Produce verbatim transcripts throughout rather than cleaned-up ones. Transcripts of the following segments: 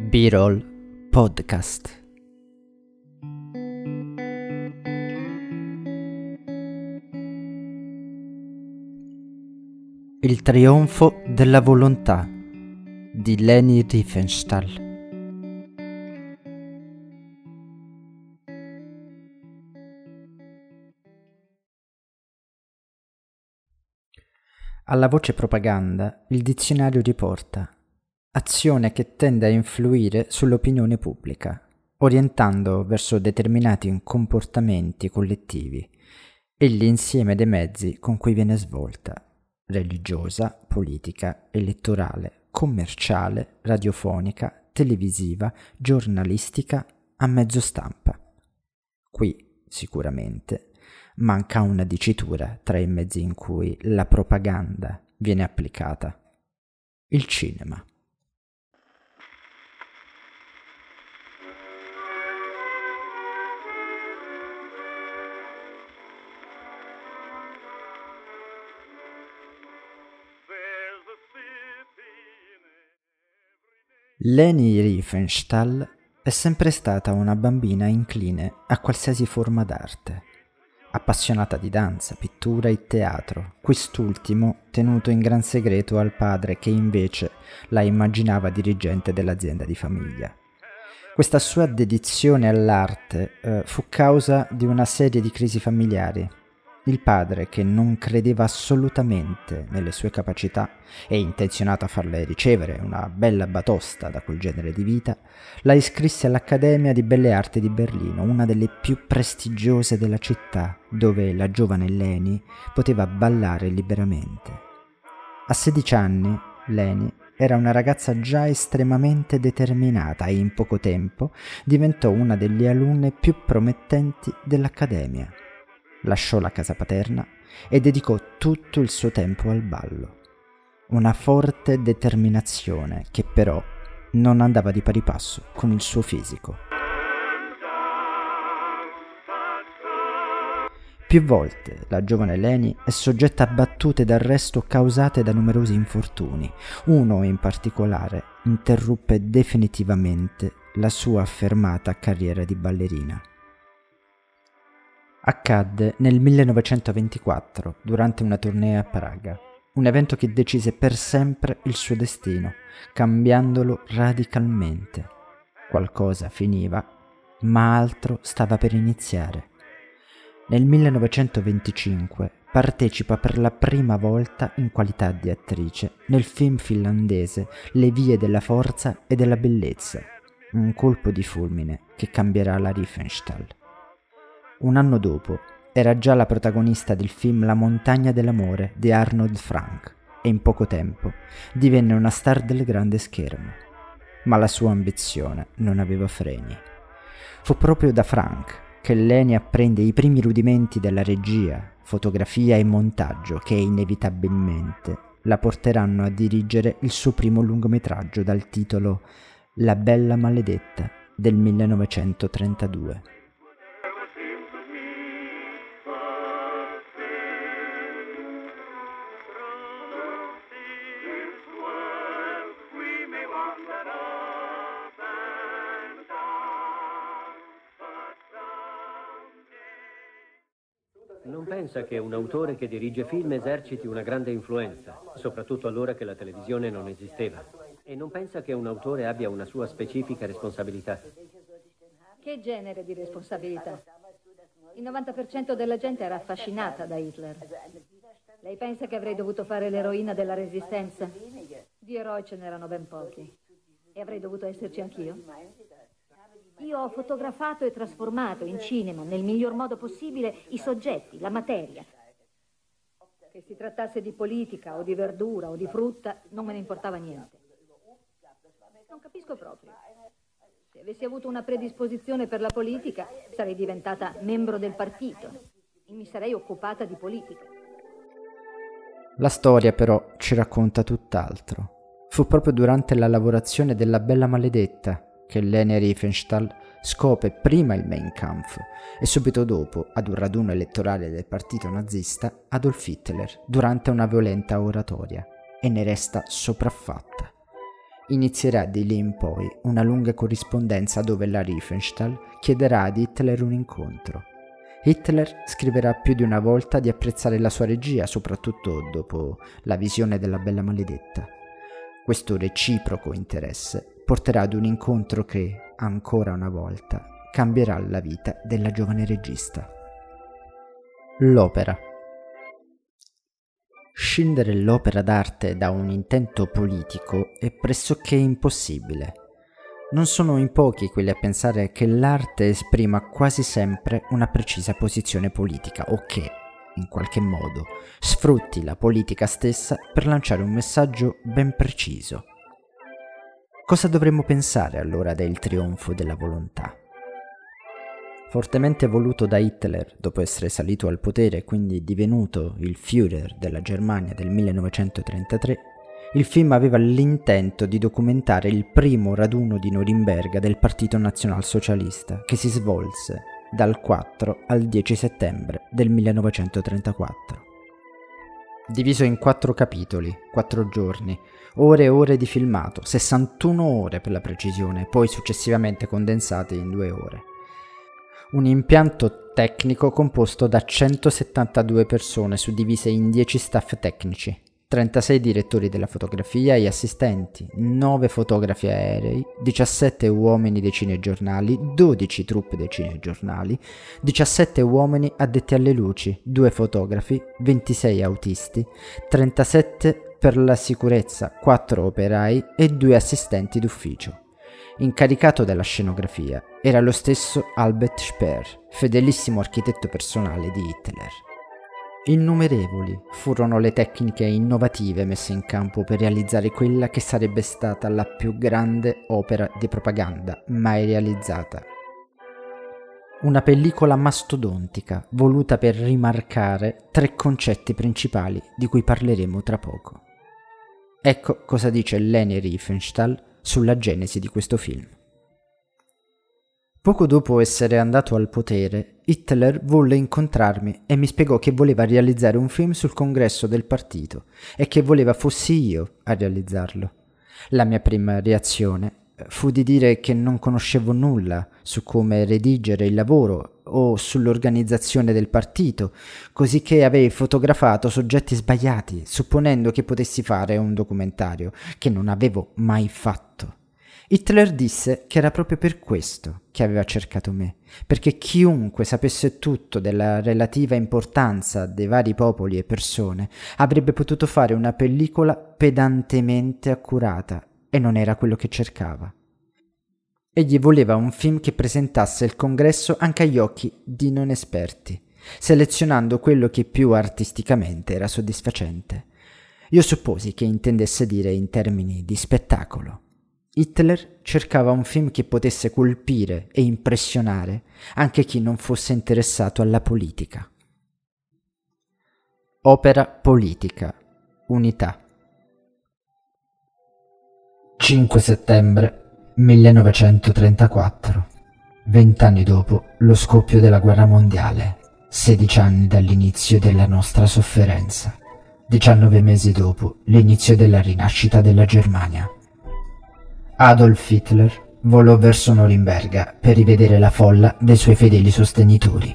B-Roll Podcast. Il trionfo della volontà di Leni Riefenstahl. Alla voce propaganda il dizionario riporta azione che tende a influire sull'opinione pubblica, orientando verso determinati comportamenti collettivi e l'insieme dei mezzi con cui viene svolta: religiosa, politica, elettorale, commerciale, radiofonica, televisiva, giornalistica, a mezzo stampa. Qui, sicuramente, manca una dicitura tra i mezzi in cui la propaganda viene applicata: il cinema. Leni Riefenstahl è sempre stata una bambina incline a qualsiasi forma d'arte, appassionata di danza, pittura e teatro, quest'ultimo tenuto in gran segreto al padre che invece la immaginava dirigente dell'azienda di famiglia. Questa sua dedizione all'arte eh, fu causa di una serie di crisi familiari. Il padre, che non credeva assolutamente nelle sue capacità e intenzionato a farle ricevere una bella batosta da quel genere di vita, la iscrisse all'Accademia di Belle Arti di Berlino, una delle più prestigiose della città, dove la giovane Leni poteva ballare liberamente. A sedici anni, Leni era una ragazza già estremamente determinata e in poco tempo diventò una delle alunne più promettenti dell'Accademia. Lasciò la casa paterna e dedicò tutto il suo tempo al ballo. Una forte determinazione che però non andava di pari passo con il suo fisico. Più volte la giovane Leni è soggetta a battute d'arresto causate da numerosi infortuni. Uno in particolare interruppe definitivamente la sua affermata carriera di ballerina. Accadde nel millenovecentoventiquattro, durante una tournée a Praga, un evento che decise per sempre il suo destino, cambiandolo radicalmente. Qualcosa finiva, ma altro stava per iniziare. Nel millenovecentoventicinque partecipa per la prima volta in qualità di attrice nel film finlandese Le vie della forza e della bellezza, un colpo di fulmine che cambierà la Riefenstahl. Un anno dopo era già la protagonista del film La montagna dell'amore di Arnold Frank e in poco tempo divenne una star del grande schermo. Ma la sua ambizione non aveva freni. Fu proprio da Frank che Leni apprende i primi rudimenti della regia, fotografia e montaggio che inevitabilmente la porteranno a dirigere il suo primo lungometraggio dal titolo La bella maledetta del millenovecentotrentadue. Non pensa che un autore che dirige film eserciti una grande influenza, soprattutto allora che la televisione non esisteva. E non pensa che un autore abbia una sua specifica responsabilità. Che genere di responsabilità? Il novanta per cento della gente era affascinata da Hitler. Lei pensa che avrei dovuto fare l'eroina della Resistenza? Di eroi ce n'erano ben pochi. E avrei dovuto esserci anch'io? Io ho fotografato e trasformato in cinema, nel miglior modo possibile, i soggetti, la materia. Che si trattasse di politica o di verdura o di frutta, non me ne importava niente. Non capisco proprio. Se avessi avuto una predisposizione per la politica, sarei diventata membro del partito e mi sarei occupata di politica. La storia però ci racconta tutt'altro. Fu proprio durante la lavorazione della Bella Maledetta che Leni Riefenstahl scopre prima il Mein Kampf e subito dopo, ad un raduno elettorale del partito nazista, Adolf Hitler durante una violenta oratoria, e ne resta sopraffatta. Inizierà di lì in poi una lunga corrispondenza dove la Riefenstahl chiederà ad Hitler un incontro. Hitler scriverà più di una volta di apprezzare la sua regia, soprattutto dopo la visione della Bella Maledetta. Questo reciproco interesse porterà ad un incontro che, ancora una volta, cambierà la vita della giovane regista. L'opera. Scindere l'opera d'arte da un intento politico è pressoché impossibile. Non sono in pochi quelli a pensare che l'arte esprima quasi sempre una precisa posizione politica o che, in qualche modo, sfrutti la politica stessa per lanciare un messaggio ben preciso. Cosa dovremmo pensare allora del trionfo della volontà? Fortemente voluto da Hitler dopo essere salito al potere e quindi divenuto il Führer della Germania del millenovecentotrentatré, il film aveva l'intento di documentare il primo raduno di Norimberga del Partito Nazionalsocialista, che si svolse dal quattro al dieci settembre del millenovecentotrentaquattro. Diviso in quattro capitoli, quattro giorni, ore e ore di filmato, sessantuno ore per la precisione, poi successivamente condensate in due ore. Un impianto tecnico composto da centosettantadue persone suddivise in dieci staff tecnici, trentasei direttori della fotografia e assistenti, nove fotografi aerei, diciassette uomini dei cinegiornali, dodici truppe dei cinegiornali, diciassette uomini addetti alle luci, due fotografi, ventisei autisti, trentasette per la sicurezza, quattro operai e due assistenti d'ufficio. Incaricato della scenografia era lo stesso Albert Speer, fedelissimo architetto personale di Hitler. Innumerevoli furono le tecniche innovative messe in campo per realizzare quella che sarebbe stata la più grande opera di propaganda mai realizzata. Una pellicola mastodontica voluta per rimarcare tre concetti principali di cui parleremo tra poco. Ecco cosa dice Leni Riefenstahl sulla genesi di questo film. Poco dopo essere andato al potere, Hitler volle incontrarmi e mi spiegò che voleva realizzare un film sul congresso del partito e che voleva fossi io a realizzarlo. La mia prima reazione fu di dire che non conoscevo nulla su come redigere il lavoro o sull'organizzazione del partito, così che avevo fotografato soggetti sbagliati, supponendo che potessi fare un documentario, che non avevo mai fatto. Hitler disse che era proprio per questo che aveva cercato me, perché chiunque sapesse tutto della relativa importanza dei vari popoli e persone avrebbe potuto fare una pellicola pedantemente accurata, e non era quello che cercava. Egli voleva un film che presentasse il congresso anche agli occhi di non esperti, selezionando quello che più artisticamente era soddisfacente. Io supposi che intendesse dire in termini di spettacolo. Hitler cercava un film che potesse colpire e impressionare anche chi non fosse interessato alla politica. Opera politica. Unità. cinque settembre millenovecentotrentaquattro. Vent'anni dopo lo scoppio della guerra mondiale, sedici anni dall'inizio della nostra sofferenza, diciannove mesi dopo l'inizio della rinascita della Germania. Adolf Hitler volò verso Norimberga per rivedere la folla dei suoi fedeli sostenitori.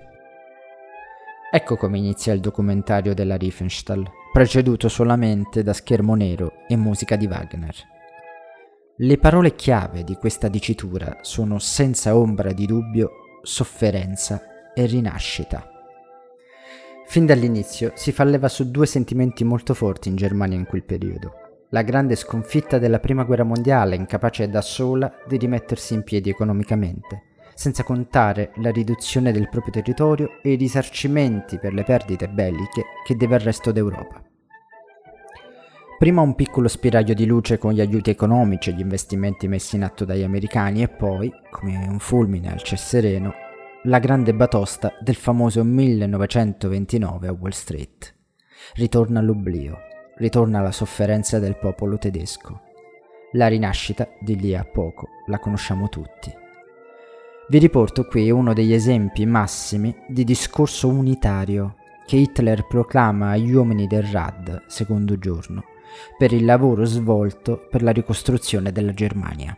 Ecco come inizia il documentario della Riefenstahl, preceduto solamente da schermo nero e musica di Wagner. Le parole chiave di questa dicitura sono senza ombra di dubbio sofferenza e rinascita. Fin dall'inizio si fa leva su due sentimenti molto forti in Germania in quel periodo. La grande sconfitta della Prima Guerra Mondiale, incapace da sola di rimettersi in piedi economicamente, senza contare la riduzione del proprio territorio e i risarcimenti per le perdite belliche che deve al resto d'Europa. Prima un piccolo spiraglio di luce con gli aiuti economici e gli investimenti messi in atto dagli americani e poi, come un fulmine al ciel sereno, la grande batosta del famoso millenovecentoventinove a Wall Street. Ritorna l'oblio. Ritorna la sofferenza del popolo tedesco. La rinascita, di lì a poco, la conosciamo tutti. Vi riporto qui uno degli esempi massimi di discorso unitario che Hitler proclama agli uomini del Rad, secondo giorno, per il lavoro svolto per la ricostruzione della Germania.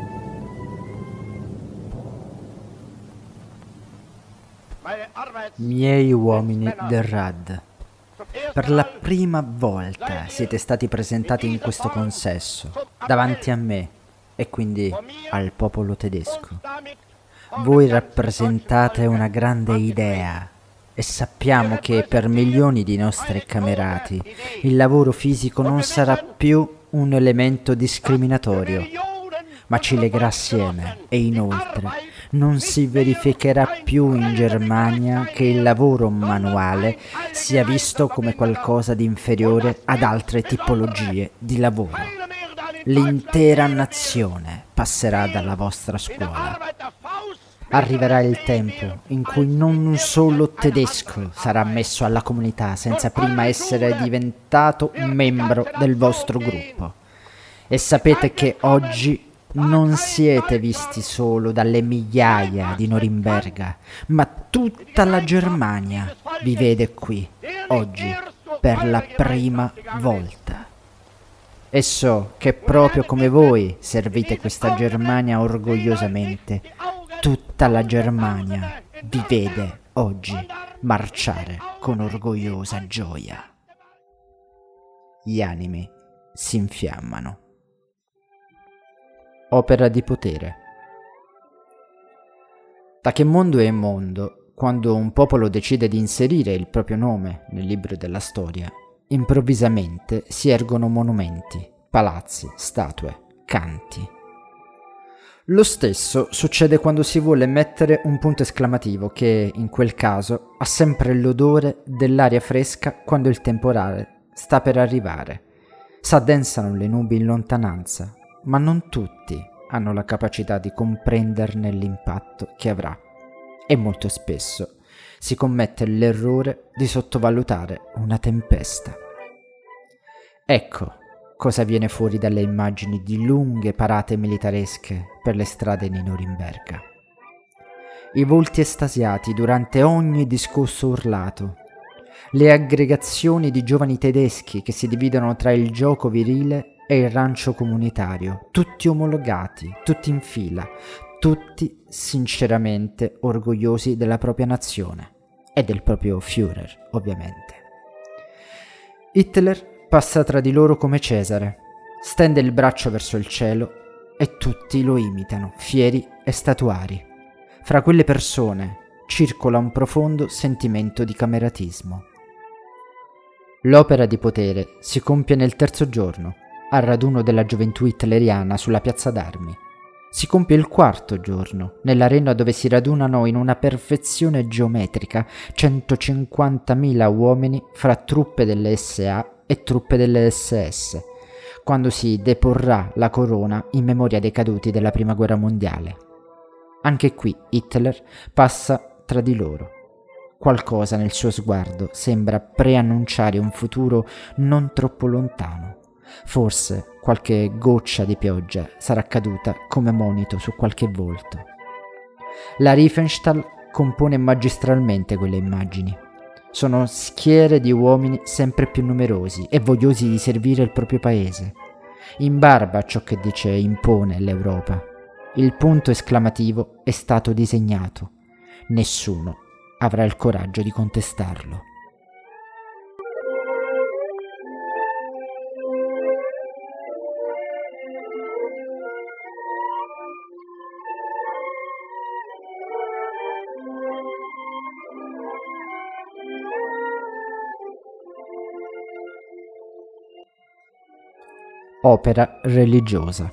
Miei uomini del R A D, per la prima volta siete stati presentati in questo consesso, davanti a me e quindi al popolo tedesco. Voi rappresentate una grande idea e sappiamo che per milioni di nostri camerati il lavoro fisico non sarà più un elemento discriminatorio, ma ci legherà assieme e inoltre non si verificherà più in Germania che il lavoro manuale sia visto come qualcosa di inferiore ad altre tipologie di lavoro. L'intera nazione passerà dalla vostra scuola. Arriverà il tempo in cui non un solo tedesco sarà ammesso alla comunità senza prima essere diventato un membro del vostro gruppo. E sapete che oggi non siete visti solo dalle migliaia di Norimberga, ma tutta la Germania vi vede qui, oggi, per la prima volta. E so che proprio come voi servite questa Germania orgogliosamente, tutta la Germania vi vede oggi marciare con orgogliosa gioia. Gli animi si infiammano. Opera di potere. Da che mondo è mondo, quando un popolo decide di inserire il proprio nome nel libro della storia, improvvisamente si ergono monumenti, palazzi, statue, canti. Lo stesso succede quando si vuole mettere un punto esclamativo che, in quel caso, ha sempre l'odore dell'aria fresca quando il temporale sta per arrivare. S'addensano le nubi in lontananza, ma non tutti hanno la capacità di comprenderne l'impatto che avrà e molto spesso si commette l'errore di sottovalutare una tempesta. Ecco cosa viene fuori dalle immagini di lunghe parate militaresche per le strade di Norimberga. I volti estasiati durante ogni discorso urlato, le aggregazioni di giovani tedeschi che si dividono tra il gioco virile e il rancio comunitario, tutti omologati, tutti in fila, tutti sinceramente orgogliosi della propria nazione e del proprio Führer, ovviamente. Hitler passa tra di loro come Cesare, stende il braccio verso il cielo e tutti lo imitano, fieri e statuari. Fra quelle persone circola un profondo sentimento di cameratismo. L'opera di potere si compie nel terzo giorno, al raduno della gioventù hitleriana sulla piazza d'armi. Si compie il quarto giorno, nell'arena dove si radunano in una perfezione geometrica centocinquantamila uomini fra truppe delle S A e truppe delle S S, quando si deporrà la corona in memoria dei caduti della Prima Guerra Mondiale. Anche qui Hitler passa tra di loro. Qualcosa nel suo sguardo sembra preannunciare un futuro non troppo lontano. Forse qualche goccia di pioggia sarà caduta come monito su qualche volto. La Riefenstahl compone magistralmente quelle immagini. Sono schiere di uomini sempre più numerosi e vogliosi di servire il proprio paese. In barba a ciò che dice e impone l'Europa. Il punto esclamativo è stato disegnato. Nessuno avrà il coraggio di contestarlo. Opera religiosa.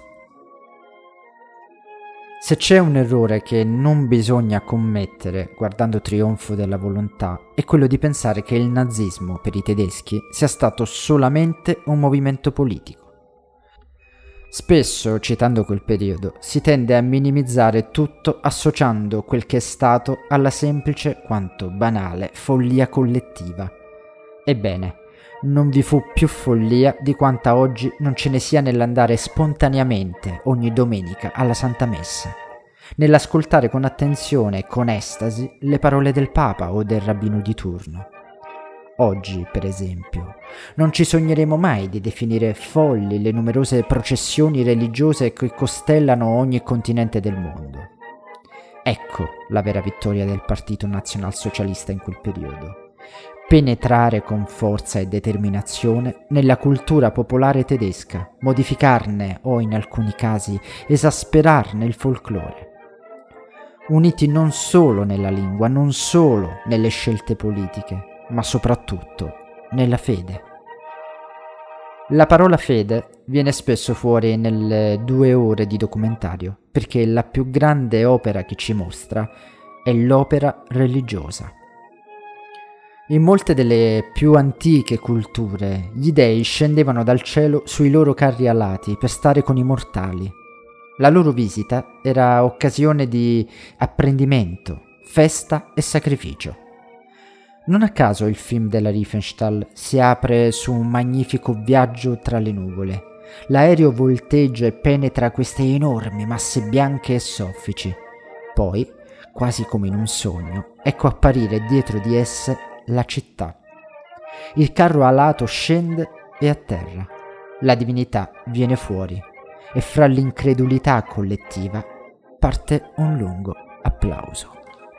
Se c'è un errore che non bisogna commettere guardando Trionfo della volontà, è quello di pensare che il nazismo per i tedeschi sia stato solamente un movimento politico. Spesso, citando quel periodo, si tende a minimizzare tutto associando quel che è stato alla semplice quanto banale follia collettiva. Ebbene, non vi fu più follia di quanta oggi non ce ne sia nell'andare spontaneamente ogni domenica alla Santa Messa, nell'ascoltare con attenzione e con estasi le parole del Papa o del rabbino di turno. Oggi, per esempio, non ci sogneremo mai di definire folli le numerose processioni religiose che costellano ogni continente del mondo. Ecco la vera vittoria del Partito Nazionalsocialista in quel periodo. Penetrare con forza e determinazione nella cultura popolare tedesca, modificarne o in alcuni casi esasperarne il folklore. Uniti non solo nella lingua, non solo nelle scelte politiche, ma soprattutto nella fede. La parola fede viene spesso fuori nelle due ore di documentario, perché la più grande opera che ci mostra è l'opera religiosa. In molte delle più antiche culture, gli dei scendevano dal cielo sui loro carri alati per stare con i mortali. La loro visita era occasione di apprendimento, festa e sacrificio. Non a caso il film della Riefenstahl si apre su un magnifico viaggio tra le nuvole. L'aereo volteggia e penetra queste enormi masse bianche e soffici. Poi, quasi come in un sogno, ecco apparire dietro di esse la città. Il carro alato scende e atterra. La divinità viene fuori e fra l'incredulità collettiva parte un lungo applauso.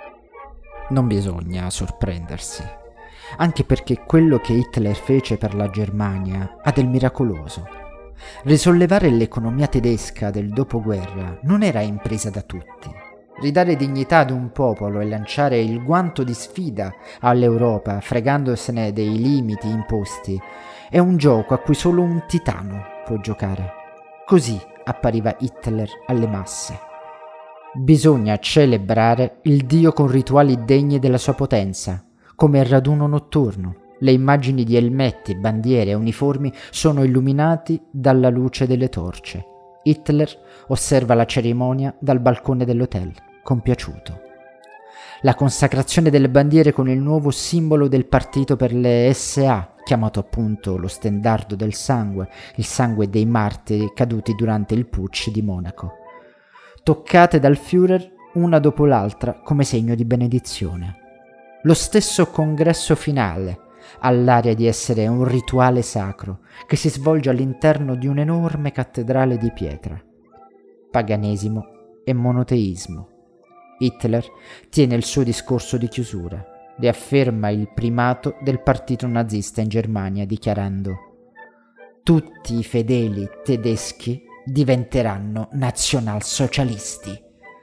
Non bisogna sorprendersi, anche perché quello che Hitler fece per la Germania ha del miracoloso. Risollevare l'economia tedesca del dopoguerra non era impresa da tutti. Ridare dignità ad un popolo e lanciare il guanto di sfida all'Europa, fregandosene dei limiti imposti, è un gioco a cui solo un titano può giocare. Così appariva Hitler alle masse. Bisogna celebrare il Dio con rituali degni della sua potenza, come il raduno notturno. Le immagini di elmetti, bandiere e uniformi sono illuminati dalla luce delle torce. Hitler osserva la cerimonia dal balcone dell'hotel, compiaciuto. La consacrazione delle bandiere con il nuovo simbolo del partito per le S A, chiamato appunto lo stendardo del sangue, il sangue dei martiri caduti durante il putsch di Monaco. Toccate dal Führer una dopo l'altra come segno di benedizione. Lo stesso congresso finale ha l'aria di essere un rituale sacro che si svolge all'interno di un'enorme cattedrale di pietra. Paganesimo e monoteismo. Hitler tiene il suo discorso di chiusura, riafferma il primato del partito nazista in Germania dichiarando: tutti i fedeli tedeschi diventeranno nazionalsocialisti.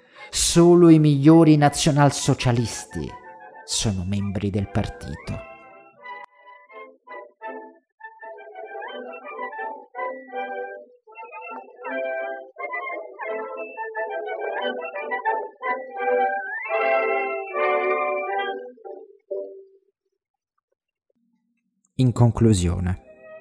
Solo i migliori nazionalsocialisti sono membri del partito. In conclusione,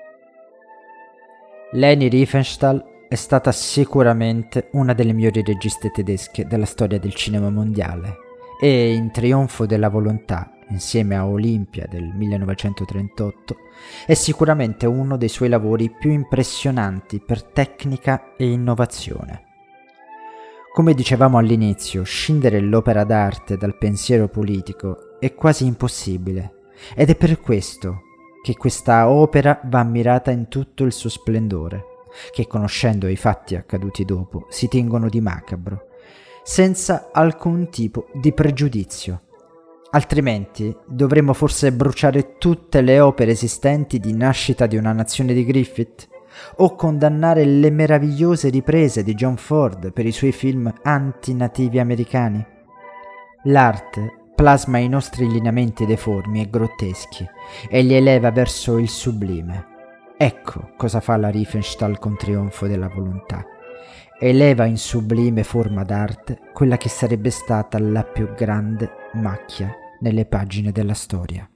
Leni Riefenstahl è stata sicuramente una delle migliori registe tedesche della storia del cinema mondiale e in Trionfo della volontà, insieme a Olimpia del millenovecentotrentotto, è sicuramente uno dei suoi lavori più impressionanti per tecnica e innovazione. Come dicevamo all'inizio, scindere l'opera d'arte dal pensiero politico è quasi impossibile ed è per questo che questa opera va ammirata in tutto il suo splendore, che conoscendo i fatti accaduti dopo si tingono di macabro, senza alcun tipo di pregiudizio. Altrimenti dovremmo forse bruciare tutte le opere esistenti di Nascita di una nazione di Griffith, o condannare le meravigliose riprese di John Ford per i suoi film anti-nativi americani. L'arte plasma i nostri lineamenti deformi e grotteschi e li eleva verso il sublime. Ecco cosa fa la Riefenstahl con Trionfo della volontà. Eleva in sublime forma d'arte quella che sarebbe stata la più grande macchia nelle pagine della storia.